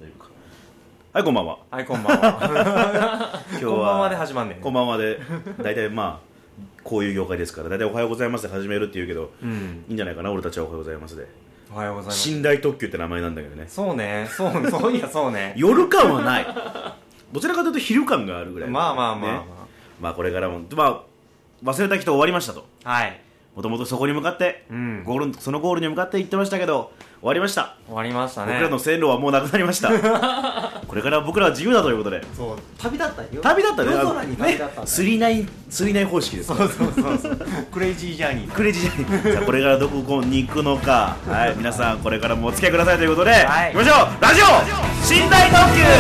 というか。はい、こんばんは。 はい、こんばんは。 今日はこんばんはで始まんねん。 こんばんはで、大体まあこういう業界ですから、大体おはようございますで始めるって言うけど、いいんじゃないかな、俺たちはおはようございますで。 おはようございます。 寝台特急って名前なんだけどね。 そうね、そういやそうね。 夜感はない。どちらかというと昼感があるぐらい。 まあまあまあまあ。 ね、まあこれからも、まあ忘れた人終わりましたと。 はい。 もともとそこに向かって、そのゴールに向かって行ってましたけど、終わりました。 終わりましたね。 僕らの線路はもうなくなりました。これから僕らは自由だということで。 そう、旅だったよ。 旅だったね。 夜空に旅だったんだ。 39方式です。 そう。クレイジージャーニー。 クレイジージャーニー。さあこれからどこに行くのか、はい、皆さんこれからもお付き合いくださいということで、はい、行きましょう。ラジオ寝台特急。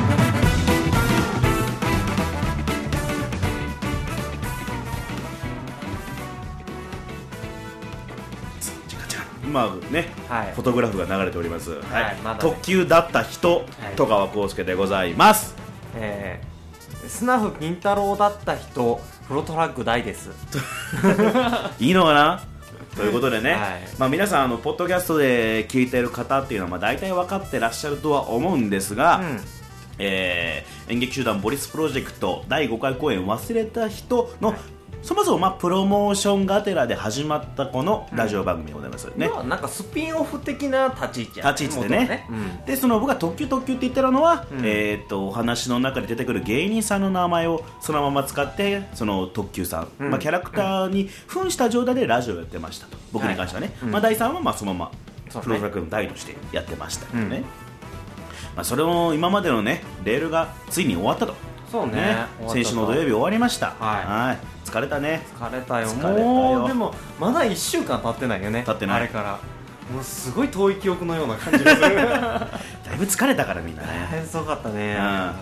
今ね、はい、フォトグラフが流れております、はいまだね、特急だった人、戸川浩介でございます。 スナフ金太郎だった人、フロトラック大です。 いいのかなということでね、まあ、皆さんポッドキャストで聞いている方っていうのは、まあ、大体分かってらっしゃるとは思うんですが、演劇集団ボリスプロジェクト第5回公演忘れた人の、そもそもまあプロモーションがてらで始まったこのラジオ番組でございますね。 なんかスピンオフ的な立ち位置でね。でその僕が特急って言ってるのは、お話の中で出てくる芸人さんの名前をそのまま使ってその特急さん、まあ、キャラクターに扮した状態でラジオをやってましたと。僕に関してはね、まあ、第3はまあそのままプログラムの代としてやってましたけどね、まあ、それを今までのねレールがついに終わったと。 そうね、 先週の土曜日終わりました。はい、疲れたね。 疲れたよ。もうでもまだ1週間経ってないよね。 経ってない。 あれからもうすごい遠い記憶のような感じがする。 だいぶ疲れたからみんなね。 大変すごかったね。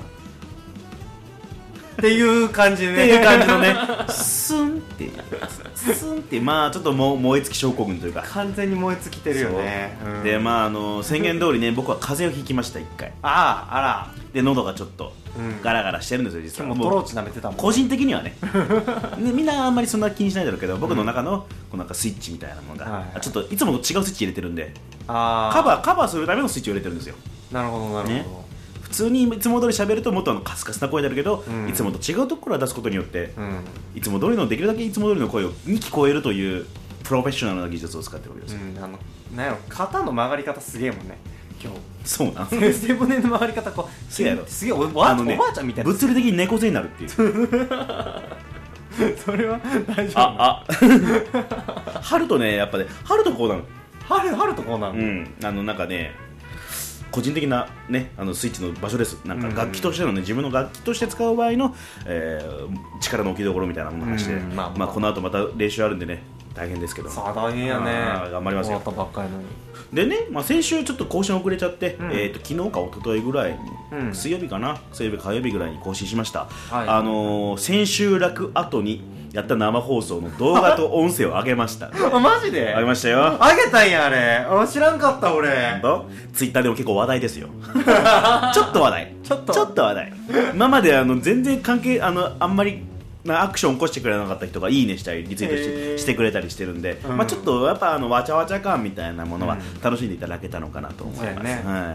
っていう感じね。 っていう感じのね、スンっていうスンってまあちょっと燃え尽き症候群というか完全に燃え尽きてるよね。 でまあ宣言通りね、僕は風邪をひきました1回。 あら。 で喉がちょっとガラガラしてるんですよ実は。 もうトローチ舐めてたもん。 個人的にはね。みんなあんまりそんな気にしないだろうけど、僕の中のこうなんかスイッチみたいなものがちょっといつもと違うスイッチ入れてるんで、カバーするためのスイッチを入れてるんですよ。 なるほどなるほど。 普通にいつも通り喋るともっとカスカスな声になるけど、いつもと違うところを出すことによって、いつも通りのできるだけいつも通りの声に聞こえるというプロフェッショナルな技術を使っております。 なんやろ、肩の曲がり方すげえもんね今日。 そうなん。 背骨の曲がり方こうすげえおばあちゃんみたいな。 物理的に猫背になるっていう。 それは大丈夫。 春とね、やっぱね、春とこうなの。 春とこうななの。 んかね、個人的なね、スイッチの場所です。なんか楽器としてのね、自分の楽器として使う場合の、力の置きどころみたいなものを話して、まあこの後また練習あるんでね、大変ですけど。 さあ大変やね。 頑張りますよ。 終わったばっかりのに。 でね、まあ、先週ちょっと更新遅れちゃって、昨日か一昨日ぐらいに、水曜日かな、水曜日火曜日ぐらいに更新しました。千秋楽後にやった生放送の動画と音声を上げました。 マジで？ 上げましたよ。 上げたんやあれ。知らんかった俺。 ツイッターでも結構話題ですよ。ちょっと話題。ちょっと話題。今まで全然関係あんまりアクション起こしてくれなかった人がいいねしたりリツイートしてくれたりしてるんで、まあちょっとやっぱわちゃわちゃ感みたいなものは楽しんでいただけたのかなと思います。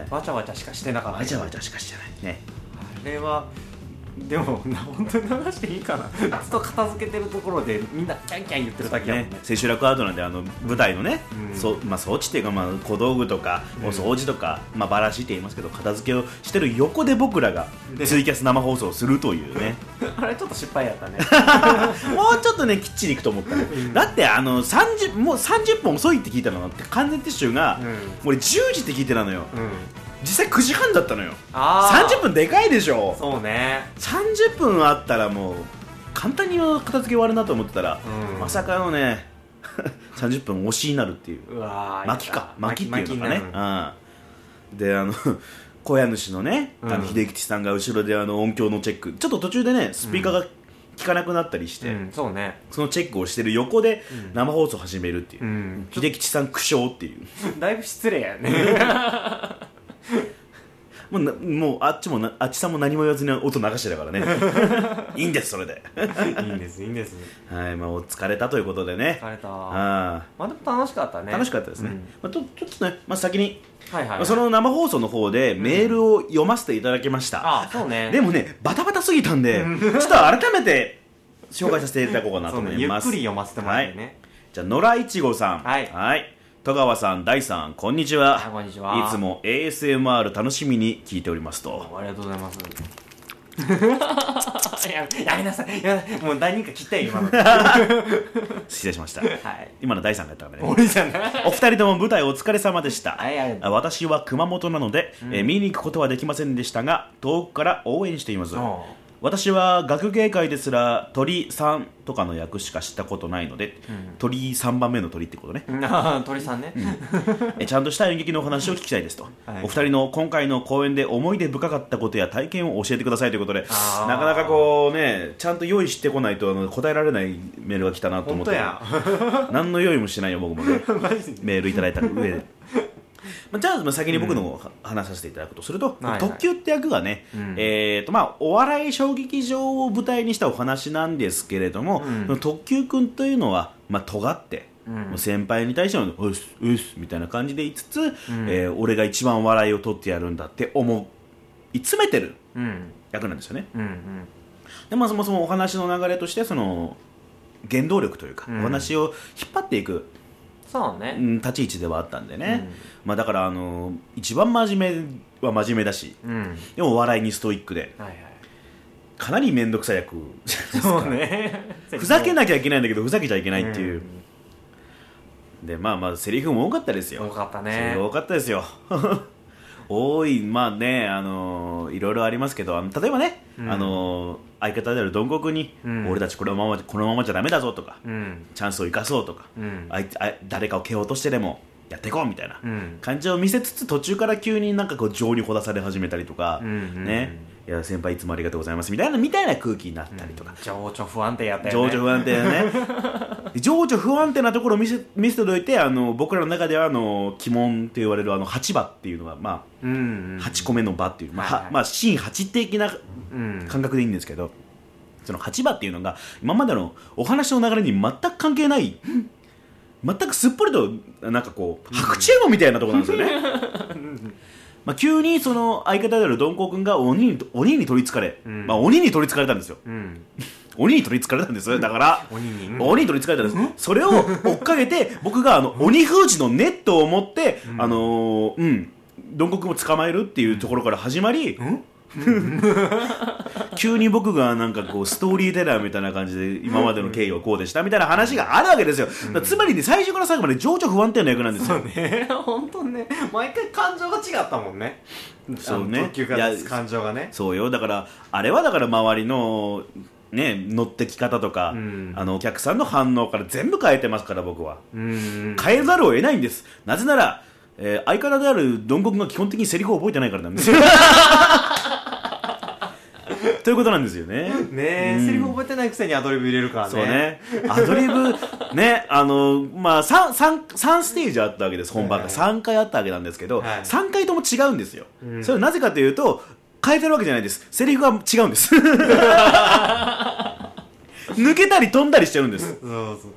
わちゃわちゃしかしてなかった。 わちゃわちゃしかしてないね。 あれはでも本当に流していいかな。ずっと片付けてるところでみんなキャンキャン言ってるだけやもんね。 千秋楽アートなんで舞台のね、まあ装置っていうか、まあ小道具とかお掃除とか、まあバラシって言いますけど片付けをしてる横で僕らがツイキャス生放送をするというね。 あれちょっと失敗やったね。 もうちょっとねきっちりいくと思ったね。だってもう30分遅いって聞いたのって完全撤収が俺10時って聞いてたのよ。実際9時半だったのよ。30分でかいでしょ。 そうね。 30分あったらもう簡単に片付け終わるなと思ってたら、まさかのね30分押しになるっていう。巻きっていうのかね。で小屋主のね秀吉さんが後ろで音響のチェック、ちょっと途中でねスピーカーが聞かなくなったりして、 そうね、 そのチェックをしてる横で生放送始めるっていう、秀吉さん苦笑っていう。 だいぶ失礼やね。 もうあっちさんも何も言わずに音流してたからねいいんですそれでいいんですいいんです。 はい、まあお疲れたということでね。 疲れた。 まあでも楽しかったね。 楽しかったですね、まあ、ちょっとね、まあ、先に、 はいはい、 まあ、その生放送の方でメールを読ませていただきました、 あそうね。 でもねバタバタすぎたんでちょっと改めて紹介させていただこうかなと思います、 ゆっくり読ませてもらってね、 はい、じゃあ野良いちごさん、はい、戸川さん、大さん、こんにちは。 こんにちは。 いつも ASMR 楽しみに聞いておりますと。 ありがとうございますやめなさい、もう何人か切ったよ今の失礼しました、 はい、 今の大さんがやったからね。 俺じゃないお二人とも舞台お疲れ様でした、 はい、 私は熊本なので、見に行くことはできませんでしたが遠くから応援しています。私は学芸会ですら鳥さんとかの役しか知ったことないので、鳥3番目の鳥ってことね鳥さんね、 ちゃんとした演劇のお話を聞きたいですと、お二人の今回の公演で思い出深かったことや体験を教えてくださいということで、なかなかこうねちゃんと用意してこないと答えられないメールが来たなと思って何の用意もしてないよ僕もねメールいただいた上でじゃあ先に僕のを話させていただくとすると、特急って役がね、お笑い小劇場を舞台にしたお話なんですけれども、特急くんというのは、尖って、先輩に対してのうっすみたいな感じで言いつつ、俺が一番笑いを取ってやるんだって思い詰めてる役なんですよね。でそもそもお話の流れとしてその原動力というか、お話を引っ張っていくそうね、 立ち位置ではあったんでね、だから一番真面目は真面目だし、でも笑いにストイックで、かなり面倒くさい役そうねふざけなきゃいけないんだけどふざけちゃいけないっていう、でセリフも多かったですよ。 多かったね。 多かったですよ多い、いろいろありますけど、例えばね、相方であるどんこくに、俺たちこのままじゃダメだぞとか、チャンスを生かそうとか、誰かを蹴落としてでもやっていこうみたいな感じを見せつつ、途中から急になんかこう情にほだされ始めたりとか、いや先輩いつもありがとうございますみたいな空気になったりとか、 情緒不安定やったよね。 情緒不安定だね情緒不安定なところを見せておいて、僕らの中では鬼門と言われる8場っていうのが、8個目の場っていう、真8的な感覚でいいんですけど、その8場っていうのが今までのお話の流れに全く関係ない全くすっぽりとなんかこう白チューブみたいなところなんですよね急にその相方であるどんこくんが鬼に取りつかれ、鬼に取りつかれたんですよ、鬼に取りつかれたんですよ。だから鬼に取りつかれたんです、それを追っかけて僕が鬼封じのネットを持ってどんこくんを捕まえるっていうところから始まり、急に僕がなんかこうストーリーテラーみたいな感じで今までの経緯をこうでしたみたいな話があるわけですよ。つまりね、最初から最後まで情緒不安定な役なんですよ。 そうね、本当ね、毎回感情が違ったもんね。 そうね、 特急が感情がね。 そうよ、だからあれはだから周りのね、乗ってき方とか、お客さんの反応から全部変えてますから僕は。変えざるを得ないんです。なぜなら、相方であるどんこくんが基本的にセリフを覚えてないからなんですよということなんですよね。 セリフ覚えてないくせにアドリブ入れるからね。 そうね、アドリブね、3ステージあったわけです。本番が3回あったわけなんですけど、3回とも違うんですよ。それはなぜかというと、変えてるわけじゃないです。セリフが違うんです抜けたり飛んだりしてるんです。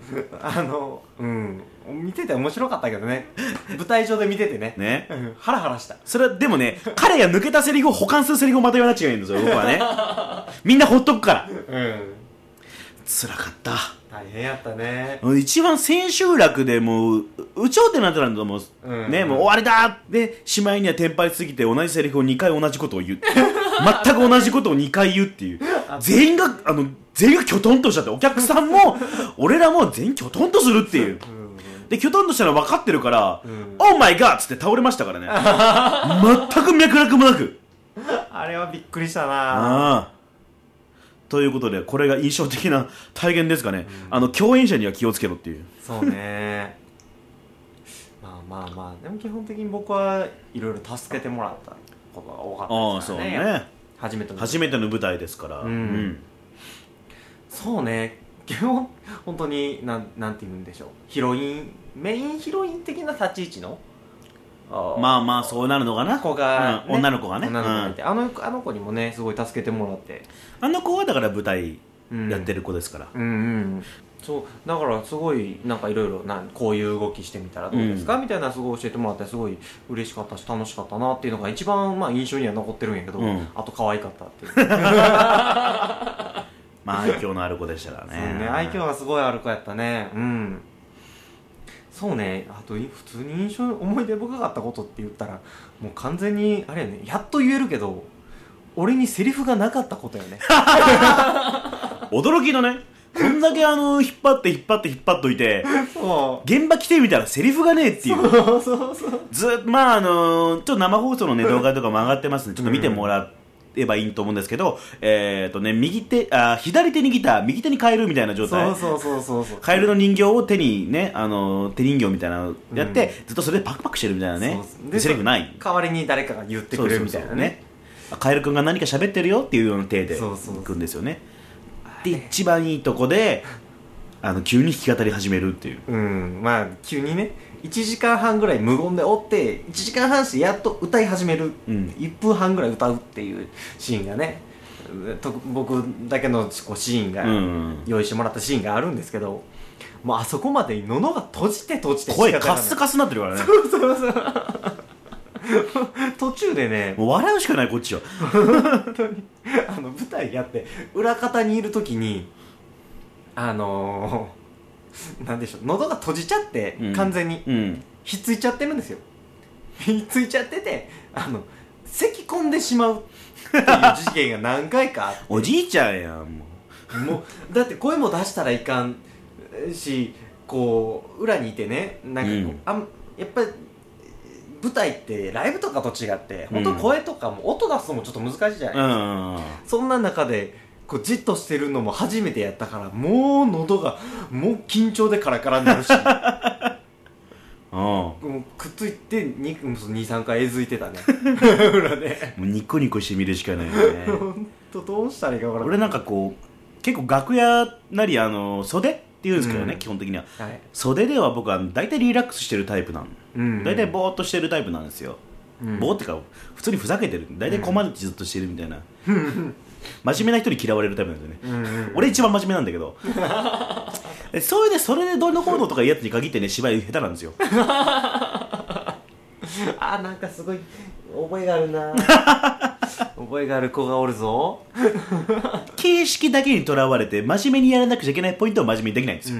見てて面白かったけどね、舞台上で見ててね、ハラハラした。 それはでもね、彼が抜けたセリフを補完するセリフをまた言わなきゃいけないんですよ僕はねみんなほっとくから。辛かった、 大変やったね。 一番千秋楽でもう有頂天なんてなんだもう、もう終わりだで、しまいにはテンパりすぎて同じセリフを2回同じことを言う全く同じことを2回言うっていう、全員がきょとんとしちゃって、お客さんも俺らも全員きょとんとするっていう、できょとんとしたの分かってるから「オーマイガー!」っつって倒れましたからね全く脈絡もなくあれはびっくりしたな。 ということで、これが印象的な体現ですかね。共演者には気をつけろっていう。 そうねでも基本的に僕はいろいろ助けてもらったことが多かったですからね。初めての舞台ですから、 そうね、基本本当になんて言うんでしょう、メインヒロイン的な立ち位置のまあまあそうなるのかな、 子が、 うん、女の子がね、 女の子がいて、あの子にもねすごい助けてもらって、 あの子はだから舞台やってる子ですから、 うんうん、そうだからすごいなんかいろいろこういう動きしてみたらどうですか、みたいなすごい教えてもらってすごい嬉しかったし楽しかったなっていうのが一番まあ印象には残ってるんやけど、あと可愛かったっていうまあ愛嬌のある子でしたからね。 そうね、愛嬌がすごいある子やったね。うん。そうね、あと普通に思い出深かったことって言ったらもう完全にあれやね、やっと言えるけど俺にセリフがなかったことやね。 驚きのね、こんだけ引っ張っておいて現場来てみたらセリフがねえっていう。そうずっとまあちょっと生放送のね動画とかも上がってますんでちょっと見てもらえばいいと思うんですけど、ね、左手にギター右手にカエルみたいな状態。そうカエルの人形を手にね手人形みたいなのやって、ずっとそれでパクパクしてるみたいなね。でセリフない代わりに誰かが言ってくれるみたいなね。 カエルくんが何か喋ってるよっていうような体で行くんですよね。で一番いいとこで急に弾き語り始めるっていう、 まあ急にね1時間半ぐらい無言でおって1時間半してやっと歌い始める、1分半ぐらい歌うっていうシーンがね僕だけのこうシーンが、用意してもらったシーンがあるんですけど、もうあそこまでに喉が閉じて声カッスカスになってるからね。 そう途中でねもう笑うしかないこっちは。 本当に舞台やって裏方にいる時になんでしょう、喉が閉じちゃって、完全に、ひっついちゃってるんですよ。ひっついちゃってて咳込んでしまうっていう事件が何回かあって。 おじいちゃんやんもうだって声も出したらいかんし、こう裏にいてねなんかこう、やっぱり舞台ってライブとかと違って本当声とかも音出すのもちょっと難しいじゃないですか、そんな中でこうじっとしてるのも初めてやったから、もう喉がもう緊張でカラカラになるしもうくっついて 2,3 回えずいてたね。裏でもうニコニコして見るしかないよね。 本当どうしたらいいか分からない。 俺なんかこう結構楽屋なり袖っていうんですけどね、基本的には、袖では僕は大体リラックスしてるタイプなの、大体ボーっとしてるタイプなんですよ、ボーってか普通にふざけてる、大体コマネチずっとしてるみたいな、真面目な人に嫌われるタイプなんですよね、俺一番真面目なんだけどそれでどうのこうのとかいうやつに限ってね芝居下手なんですよ。 なんかすごい覚えがあるな。覚えがある子がおるぞ。 形式だけにとらわれて真面目にやらなくちゃいけないポイントを真面目にできないんですよ、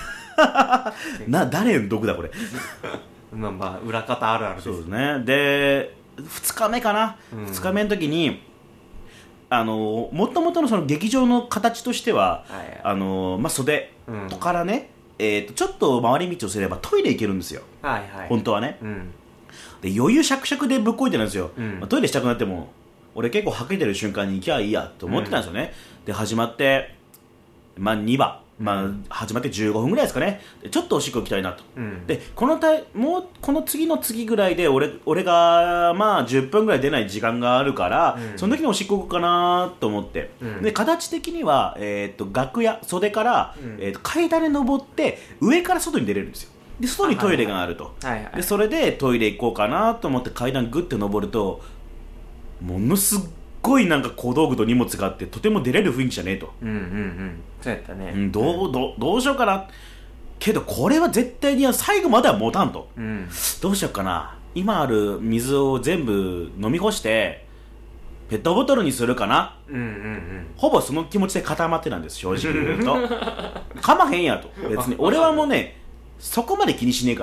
誰の毒だこれ。 まあ裏方あるあるです。 そうですね。で2日目かな、2日目の時にもともとのその劇場の形としては、袖からね、ちょっと回り道をすればトイレ行けるんですよ、本当はね、で余裕しゃくしゃくでぶっこいてるんですよ、トイレしたくなっても俺結構はけてる瞬間に行きゃいいやと思ってたんですよね、で始まって、2話、始まって15分ぐらいですかね、ちょっとおしっこ行きたいなと、でこの次の次ぐらいで俺が10分ぐらい出ない時間があるから、その時におしっこ行くかなと思って、で形的には、楽屋袖から、階段で登って上から外に出れるんですよ。で外にトイレがあると、でそれでトイレ行こうかなと思って階段グッて登ると、ものすごいなんか小道具と荷物があってとても出れる雰囲気じゃねえと、 そうやったね、 どうしようかな、けどこれは絶対に最後までは持たんと、どうしようかな、今ある水を全部飲み干してペットボトルにするかな、ほぼその気持ちで固まってたんです、正直言うと。かまへんやと、別に俺はもうねそこまで気にしねえから、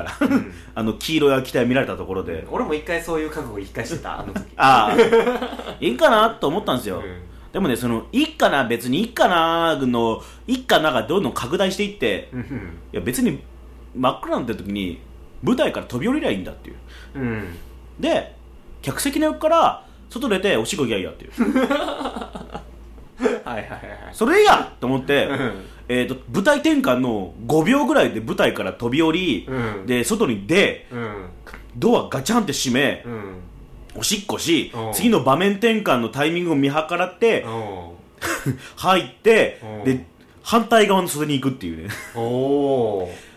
黄色や機体見られたところで、 俺も一回そういう覚悟一回してた、あの時。 いいかなと思ったんですよ、でもね、いいかな、別にいいかなのいいかながどんどん拡大していって、いや別に真っ暗になった時に舞台から飛び降りりゃいいんだっていう、で客席の横から外出ておしっこ行きゃいいやっていうそれいいやと思って、舞台転換の5秒ぐらいで舞台から飛び降り、で外に出、ドアガチャンって閉め、おしっこし、次の場面転換のタイミングを見計らって入って、で反対側の袖に行くっていうね。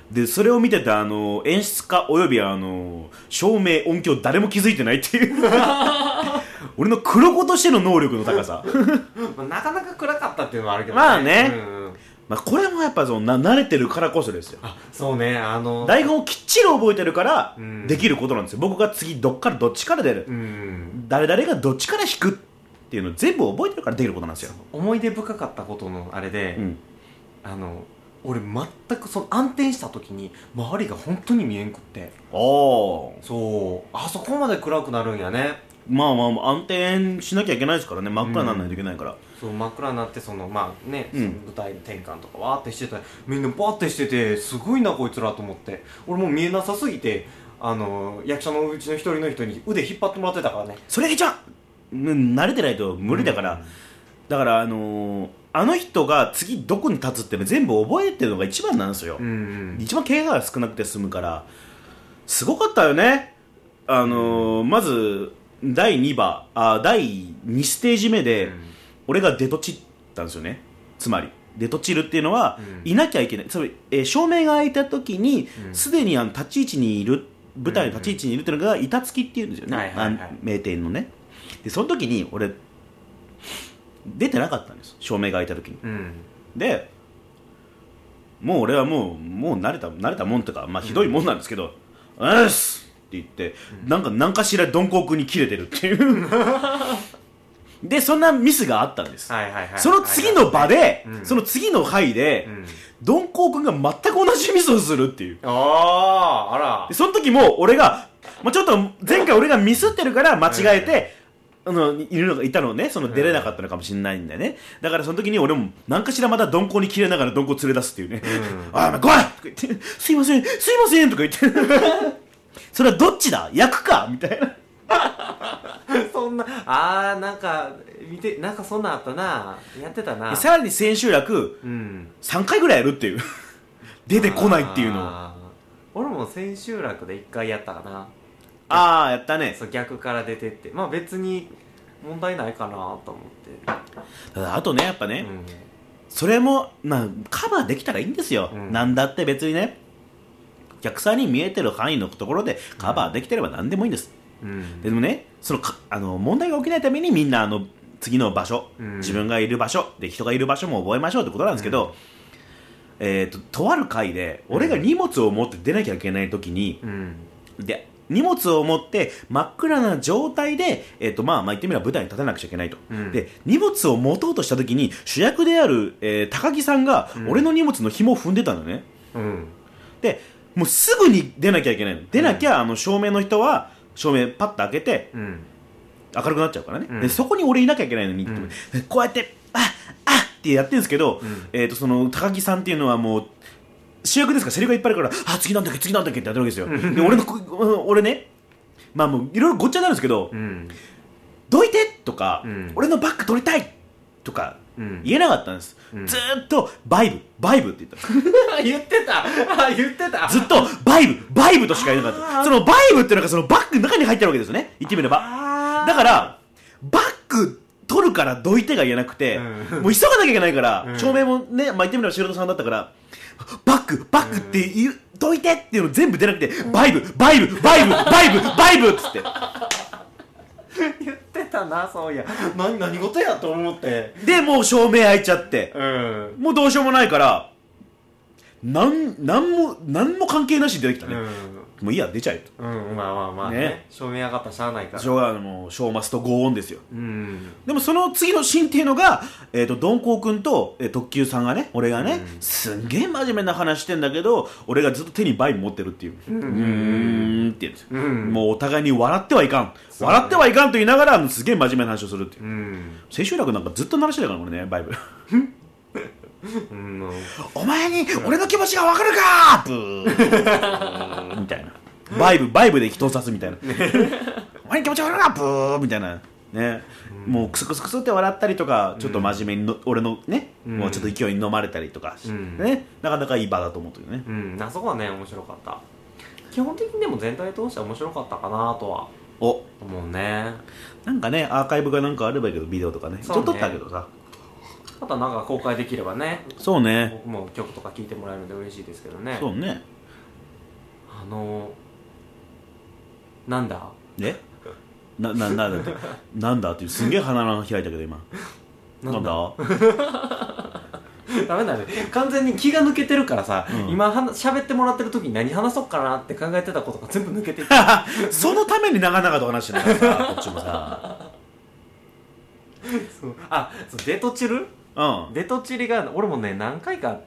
でそれを見てた演出家および照明音響誰も気づいてないっていう俺の黒子としての能力の高さなかなか暗かったっていうのはあるけどね。まあね、これもやっぱ慣れてるからこそですよ。 そうね、 台本をきっちり覚えてるからできることなんですよ。僕が次どっちから出る、誰々がどっちから引くっていうのを全部覚えてるからできることなんですよ。 思い出深かったことのあれで、俺全くその暗転した時に周りが本当に見えんくって、そうあそこまで暗くなるんやね。 暗転しなきゃいけないですからね、真っ暗にならないといけないから、 そう真っ暗になってその舞台の転換とかわーってしてたらみんなバーってしてて、すごいなこいつらと思って、俺もう見えなさすぎて役者のうちの一人の人に腕引っ張ってもらってたからね。 それじゃ慣れてないと無理だから、だからあの人が次どこに立つっていうの全部覚えてるのが一番なんですよ、一番怪我が少なくて済むから。すごかったよね。まず第2ステージ目で、俺が出とちったんですよね。つまり出とちるっていうのは、いなきゃいけない、つまり、照明が開いた時にすでに立ち位置にいる、舞台の立ち位置にいるっていうのが板付きっていうんですよね、名店のね。でその時に俺出てなかったんです、照明が開いた時に、でもう俺はもう慣れたもんとか、ひどいもんなんですけど、よしって言って、なんかしら鈍行君に切れてるっていうでそんなミスがあったんです、その次の場で、その次の回で、鈍行君が全く同じミスをするっていう。 あら。 でその時も俺が、ちょっと前回俺がミスってるから間違えて、いたのね、出れなかったのかもしれないんだよね。だからその時に俺も何かしらまた鈍行に切れながら鈍行連れ出すっていうね、おい来いとか言って、すいませんとか言ってそれはどっちだ、役かみたいなそんななんか見て、なんかそんなんあったな、やってたな。 さらに千秋楽、3回ぐらいやるっていう出てこないっていうのを。 俺も千秋楽で1回やったかな。 やったね。 そう逆から出てって、別に問題ないかなと思って。 ただあとね、やっぱね、それもカバーできたらいいんですよ、なんだって別にね、お客さんに見えてる範囲のところでカバーできてれば何でもいいんです、でもね、問題が起きないためにみんな次の場所、自分がいる場所で人がいる場所も覚えましょうってことなんですけど、とある回で俺が荷物を持って出なきゃいけない時に、で荷物を持って真っ暗な状態で、言ってみれば舞台に立たなくちゃいけないと、で荷物を持とうとした時に主役である、高木さんが俺の荷物の紐を踏んでたのね、でもうすぐに出なきゃいけないの。出なきゃ、照明の人は照明パッと開けて、明るくなっちゃうからね、でそこに俺いなきゃいけないのに、こうやってってやってるんですけど、その高木さんっていうのはもう主役ですからセリフがいっぱいあるから、次なんだっけってやってるわけですよ。で俺ね、もういろいろごっちゃになるんですけど、どいてとか、俺のバッグ取りたいとか言えなかったんです、ずーっとバイブって言った言ってたずっとバイブとしか言えなかった。そのバイブっていうのがそのバッグの中に入ってるわけですよね、言ってみれば。だからバッグ取るからどいてが言えなくて、もう急がなきゃいけないから、照明もね、言ってみれば素人さんだったから、バッグって言う、どいてっていうの全部出なくて、バイブっつって言ってたな、そういや。何事やと思って。 でもう照明開いちゃって、もうどうしようもないからなんも関係なしに出てきたね、もういいや出ちゃえと、 ね、照明上がったらしゃあないから、 ショーマストゴーオンですよ、でもその次のシーンっていうのが、ドンコウ君と、特急さんがね、俺がね、すんげえ真面目な話してんだけど、俺がずっと手にバイブ持ってるっていう、って言うんですよ、もうお互いに笑ってはいかんと言いながらすげえ真面目な話をするっていう、千秋楽なんかずっと鳴らしてたから俺ね、バイブお前に俺の気持ちが分かるかブーみたいな、バイブで人を刺すみたいなお前に気持ちが分かるかブーみたいなね、もうクスクスクスって笑ったりとか、ちょっと真面目に俺のね、もうちょっと勢いに飲まれたりとか、ね、なかなかいい場だと思ってるね、 あそこはね面白かった。基本的にでも全体通して面白かったかなとは思うね。 なんかね、アーカイブがなんかあればいいけど、ビデオとかね、ちょっと撮ったけどさ、 またなんか公開できればね、 そうね、 僕も曲とか聴いてもらえるので嬉しいですけどね。 そうね、 なんだえなんだってすんげえ鼻の開いたけど今なんだダメだね、完全に気が抜けてるからさ、 うん、 今喋ってもらってる時に何話そうかなって考えてたことが全部抜けていってそのために長々と話してるからさこっちもさそうデトチル、 うん、 デトチリが俺もね何回かあって、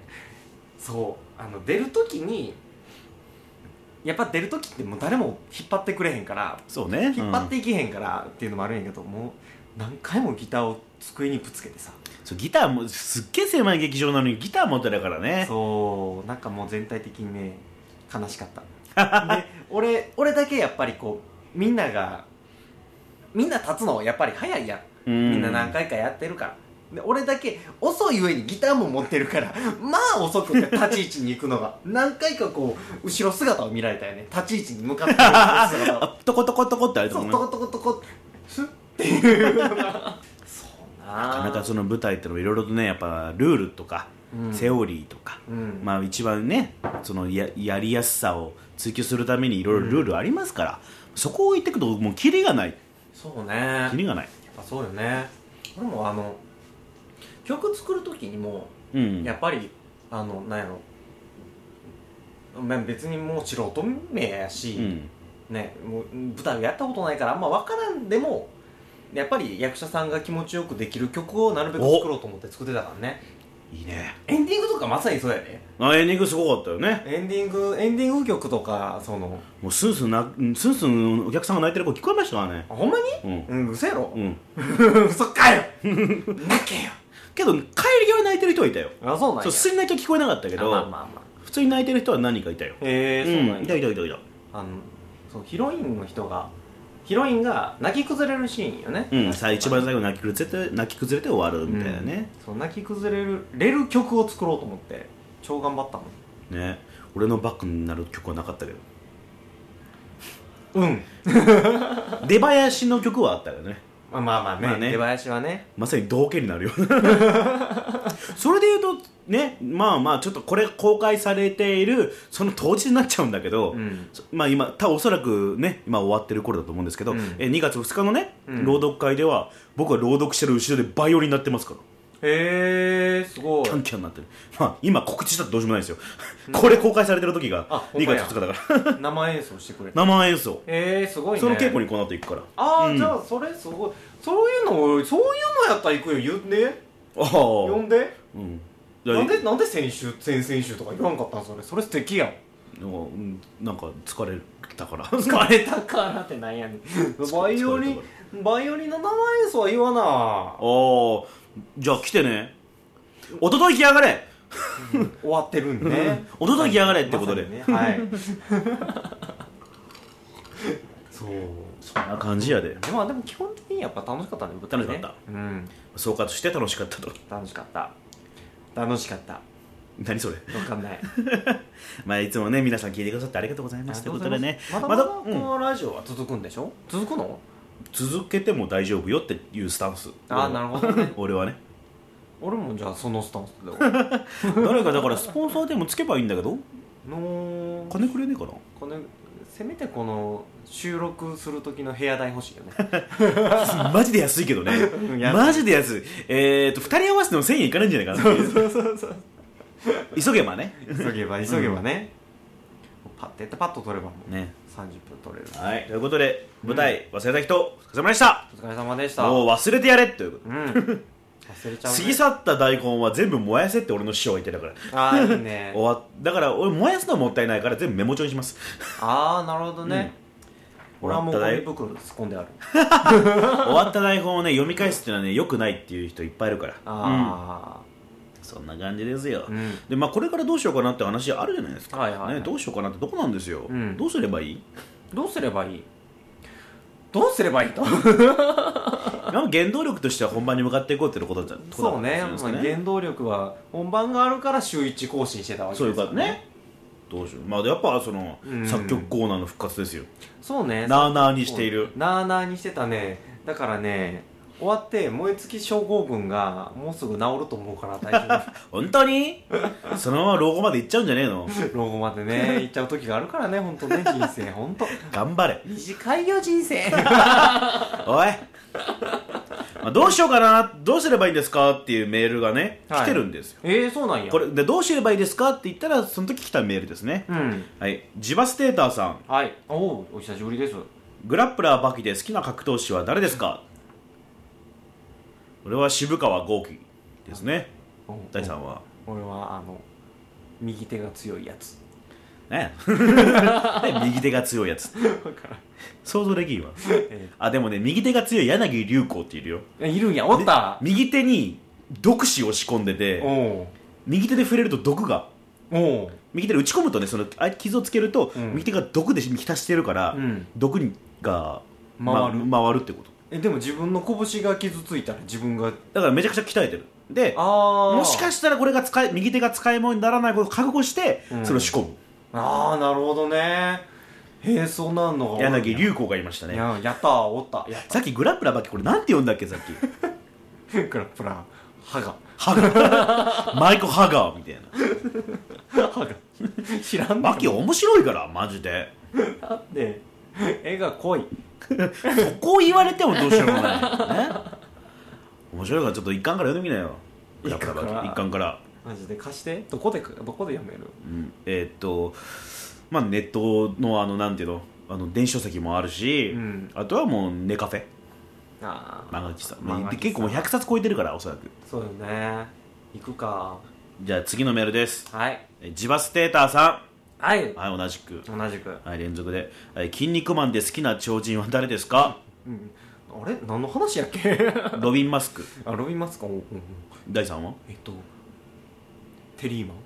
そう出る時にやっぱ出る時ってもう誰も引っ張ってくれへんから、 そうね、 引っ張っていけへんからっていうのもあるんやけど、もう何回もギターを机にぶつけてさ、 そうギターもすっげえ狭い劇場なのにギター持ってるからね。 そうなんかもう全体的にね悲しかったで俺だけやっぱりこうみんな立つのやっぱり早いやん、みんな何回かやってるから。で俺だけ遅い上にギターも持ってるからまあ遅くて立ち位置に行くのが何回かこう後ろ姿を見られたよね、立ち位置に向かってる姿をトコトコトコってあれだもんね。 そうトコトコトコスッっていうのがそうななかなかその舞台ってのもいろいろとねやっぱルールとか、セオリーとか、まあ一番ねその やりやすさを追求するためにいろいろルールありますから、そこを言っていくともうキリがない。 そうね、 キリがない。 やっぱそうよね。俺も曲作る時にも、やっぱりなんやろ、別にもう素人目やし、ね、もう舞台をやったことないからあんま分からんでもやっぱり役者さんが気持ちよくできる曲をなるべく作ろうと思って作ってたからね。 いいね。 エンディングとかまさにそうやね。 エンディングすごかったよね。 エンディング曲とかもうスンスンお客さんが泣いてる声聞こえましたからね。 ほんまに？嘘やろ？嘘かよ泣けよ。 けど帰り際泣いてる人はいたよ。 あ、そうなんや。 普通に泣いて聞こえなかったけど、普通に泣いてる人は何人かいたよ。 そうなんや。 いた。 そうヒロインが泣き崩れるシーンよね。 一番最後泣き崩れて終わるみたいなね。 そう泣き崩れる曲を作ろうと思って超頑張ったもんね。俺のバックになる曲はなかったけど出囃子の曲はあったよね。 まあね、出囃子はねまさに道化になるよそれでいうとね、まあちょっとこれ公開されているその当日になっちゃうんだけど、まあ今おそらくね今終わってる頃だと思うんですけど、2月2日のね、朗読会では僕は朗読してる後ろでバイオリンになってますから。 へえ、すごい。 キャンキャンなってる。まあ今告知したってどうしようもないですよこれ公開されてる時が2月2日だから生演奏してくれた。生演奏。 すごいね。 その稽古にこの後行くから。 じゃあそれすごい。そういうのやったら行くよ。言うね。呼んで。なんで先々週とか言わんかったん？それ素敵やん。 なんか疲れたから疲れたからってなんやねんバイオリンの生演奏は言わな。 じゃあ来てね。おととい来やがれ終わってるんでねおととい来やがれってことで、 はいそんな感じやで。 でも基本的にやっぱ楽しかったね。 楽しかった。総括して楽しかったと。 楽しかった何それ分かんないまあいつもね皆さん聞いてくださってありがとうございますということでね、 まだこのラジオは続くんでしょ？続くの？ 続けても大丈夫よっていうスタンス。 なるほどね俺はね。 俺もじゃあそのスタンスで誰かだからスポンサーでもつけばいいんだけど金くれねえかな。 せめてこの収録する時の部屋代欲しいよねマジで安いけどねマジで安い。2人合わせても1000円いかないんじゃないかな。そう急げばね。 急げばね、パッと取ればもうね30分取れる。 はい、ということで舞台忘れた人お疲れ様でした。 お疲れ様でした。 もう忘れてやれということ。 忘れちゃうね。 過ぎ去った大根は全部燃やせって俺の師匠が言ってたから。 いいねだから俺燃やすのはもったいないから全部メモ帳にします。 なるほどね。俺はもうゴミ袋で突っ込んである終わった台本をね読み返すっていうのはね良くないっていう人いっぱいいるから。そんな感じですよ。でまあこれからどうしようかなって話あるじゃないですか。どうしようかなってとこなんですよ。どうすればいいと原動力としては本番に向かっていこうっていうことだったんですね。 そうね、原動力は本番があるから週1更新してたわけですよね。 どうしよう。まあやっぱその作曲コーナーの復活ですよ。 そうね。 なあなあにしている。 なあなあにしてたね。だからね終わって燃え尽き症候群がもうすぐ治ると思うから大丈本当にそのまま老後まで行っちゃうんじゃねえの？ 夫老後までね行っちゃう時があるからね、本当ね、人生本当頑張れ短いよ人生おいまあどうしようかな、どうすればいいんですかっていうメールがね、来てるんですよ。 そうなんや。 これでどうすればいいですかって言ったらその時来たメールですね。はい、ジバステーターさん。 はい、お久しぶりです。 グラップラーバキで好きな格闘士は誰ですか？俺は渋川豪樹ですね。第3は俺は右手が強いやつね右手が強いやつ想像できんわあ、でもね、右手が強い柳流子っているよ。 いるんや、おった。 右手に毒死を仕込んでて、右手で触れると毒が右手で打ち込むとね、その傷をつけると、右手が毒で浸してるから、毒が回るってこと。 でも自分の拳が傷ついたら自分がだからめちゃくちゃ鍛えてる。でもしかしたらこれが右手が使い物にならないことを覚悟して、それを仕込む。 ああ、なるほどね。へえ、そうなんの。 柳流子がいましたね。 やったー、おった。 さっきグラップラーバキ、これなんて呼んだっけさっきグラップラーハガマイク・ハガーみたいなハガ知らんバキ面白いからマジで。 だって絵が濃いそこを言われてもどうしようもないね。面白いからちょっと一巻から読んでみなよ。グラップラーバキ一巻からマジで貸して。どこで読める？ まあネットのなんていうの、電子書籍もあるし、あとはもうネカフェ漫画喫茶、結構もう100冊超えてるからおそらく。 そうよね。行くか。 じゃあ次のメールです。 はい。 ジバステーターさん。 はい、 同じくはい、 連続で、筋肉マンで好きな超人は誰ですか？ あれ何の話やっけロビン・マスク。 ロビン・マスク。 第3はテリーマン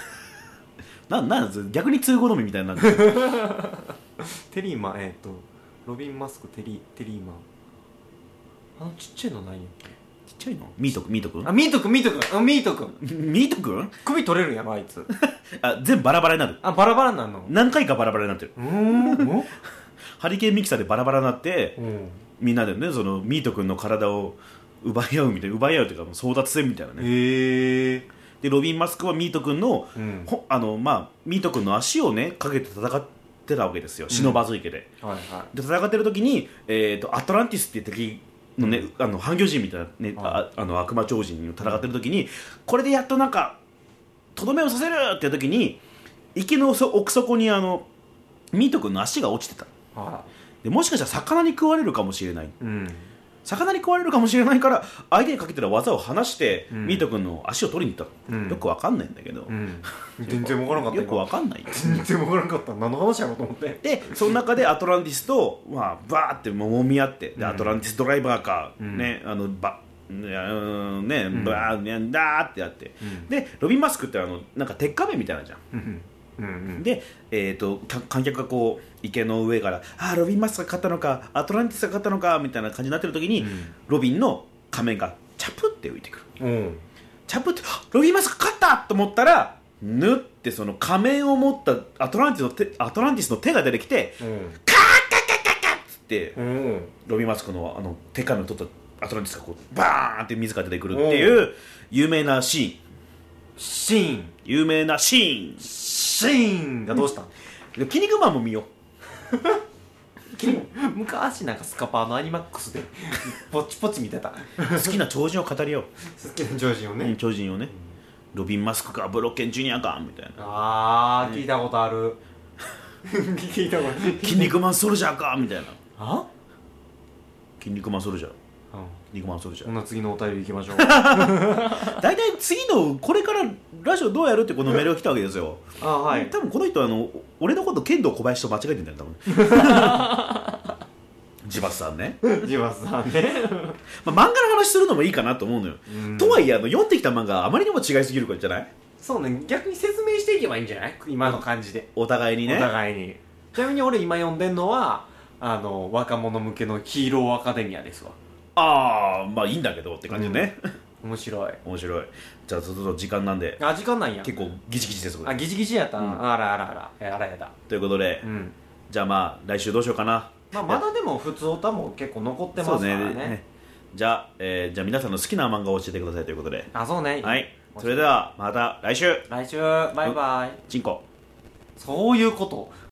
なん逆に通好みみたいになってるテリーマン、ロビン・マスク、テリーマン、ちっちゃいのないんやっけ？ ちっちゃいの？ミートくんミートくんミートくん首取れるんやろあいつ全部バラバラになる。 バラバラになるの？ 何回かバラバラになってる。ハリケーンミキサーでバラバラになって、みんなでね、そのミートくんの体を奪い合うというか争奪戦みたいなね。 へえ。 でロビン・マスクはミート君の、ミート君の足をねかけて戦ってたわけですよ、忍ばず池で。で戦ってる時に、アトランティスっていう敵のね、半魚人みたいな、ね、悪魔超人に戦ってる時に、これでやっとなんかとどめをさせるっていう時に、池の奥底にミート君の足が落ちてた。でもしかしたら魚に食われるかもしれない、魚に食われるかもしれないから相手にかけてる技を離して、ミート君の足を取りに行った、よくわかんないんだけど、 全然わからなかった。 よくわかんない全然わからなかった。何の話やろうと思って。 でその中でアトランティスと、バーって揉み合って、でアトランティスドライバーか、ね、バーダーってやって、でロビン・マスクってなんか鉄仮面みたいなじゃん、で、観客がこう池の上からロビン・マスクが勝ったのかアトランティスが勝ったのかみたいな感じになってる時に、ロビンの仮面がチャプって浮いてくる、チャプってロビン・マスク勝ったと思ったら、ぬってその仮面を持ったアトランティスの手が出てきて、カーカカカカカッつって、ロビン・マスクの手仮面を取ったアトランティスがこうバーンって水が出てくるっていう有名なシーン有名なシーンがどうしたん？ 筋肉マンも見よ昔なんかスカパーのアニマックスでポチポチ見てた。 好きな超人を語りよ好きな超人をね、 超人をね、ロビン・マスクかブロッケン・ジュニアかみたいな。 聞いたことある聞いたことある。 筋肉マンソルジャーかみたいな。筋肉マンソルジャー、肉マンソルジャー。 こんな次のお便りいきましょう。 大体次のこれからラジオどうやるってこのメールが来たわけですよ。多分この人俺のこと剣道小林と間違えてんだよ多分。ジバスさんね。 ジバスさんね。 漫画の話するのもいいかなと思うのよ。とはいえ読んできた漫画あまりにも違いすぎるからじゃない？ そうね、逆に説明していけばいいんじゃない？今の感じでお互いにね。 ちなみに俺今読んでんのは若者向けのヒーローアカデミアですわ。 まあいいんだけどって感じでね、 面白い。 じゃあちょっと時間なんで。 時間なんや。 結構ギチギチです。 ギチギチやった、あらやだ。 ということで、じゃあ来週どうしようかな。 まだでも普通歌も結構残ってますからね。 じゃあ、じゃあ皆さんの好きな漫画を教えてくださいということで、 そうね。 はいそれではまた来週。 来週バイバイ。 チンコ。 そういうこと。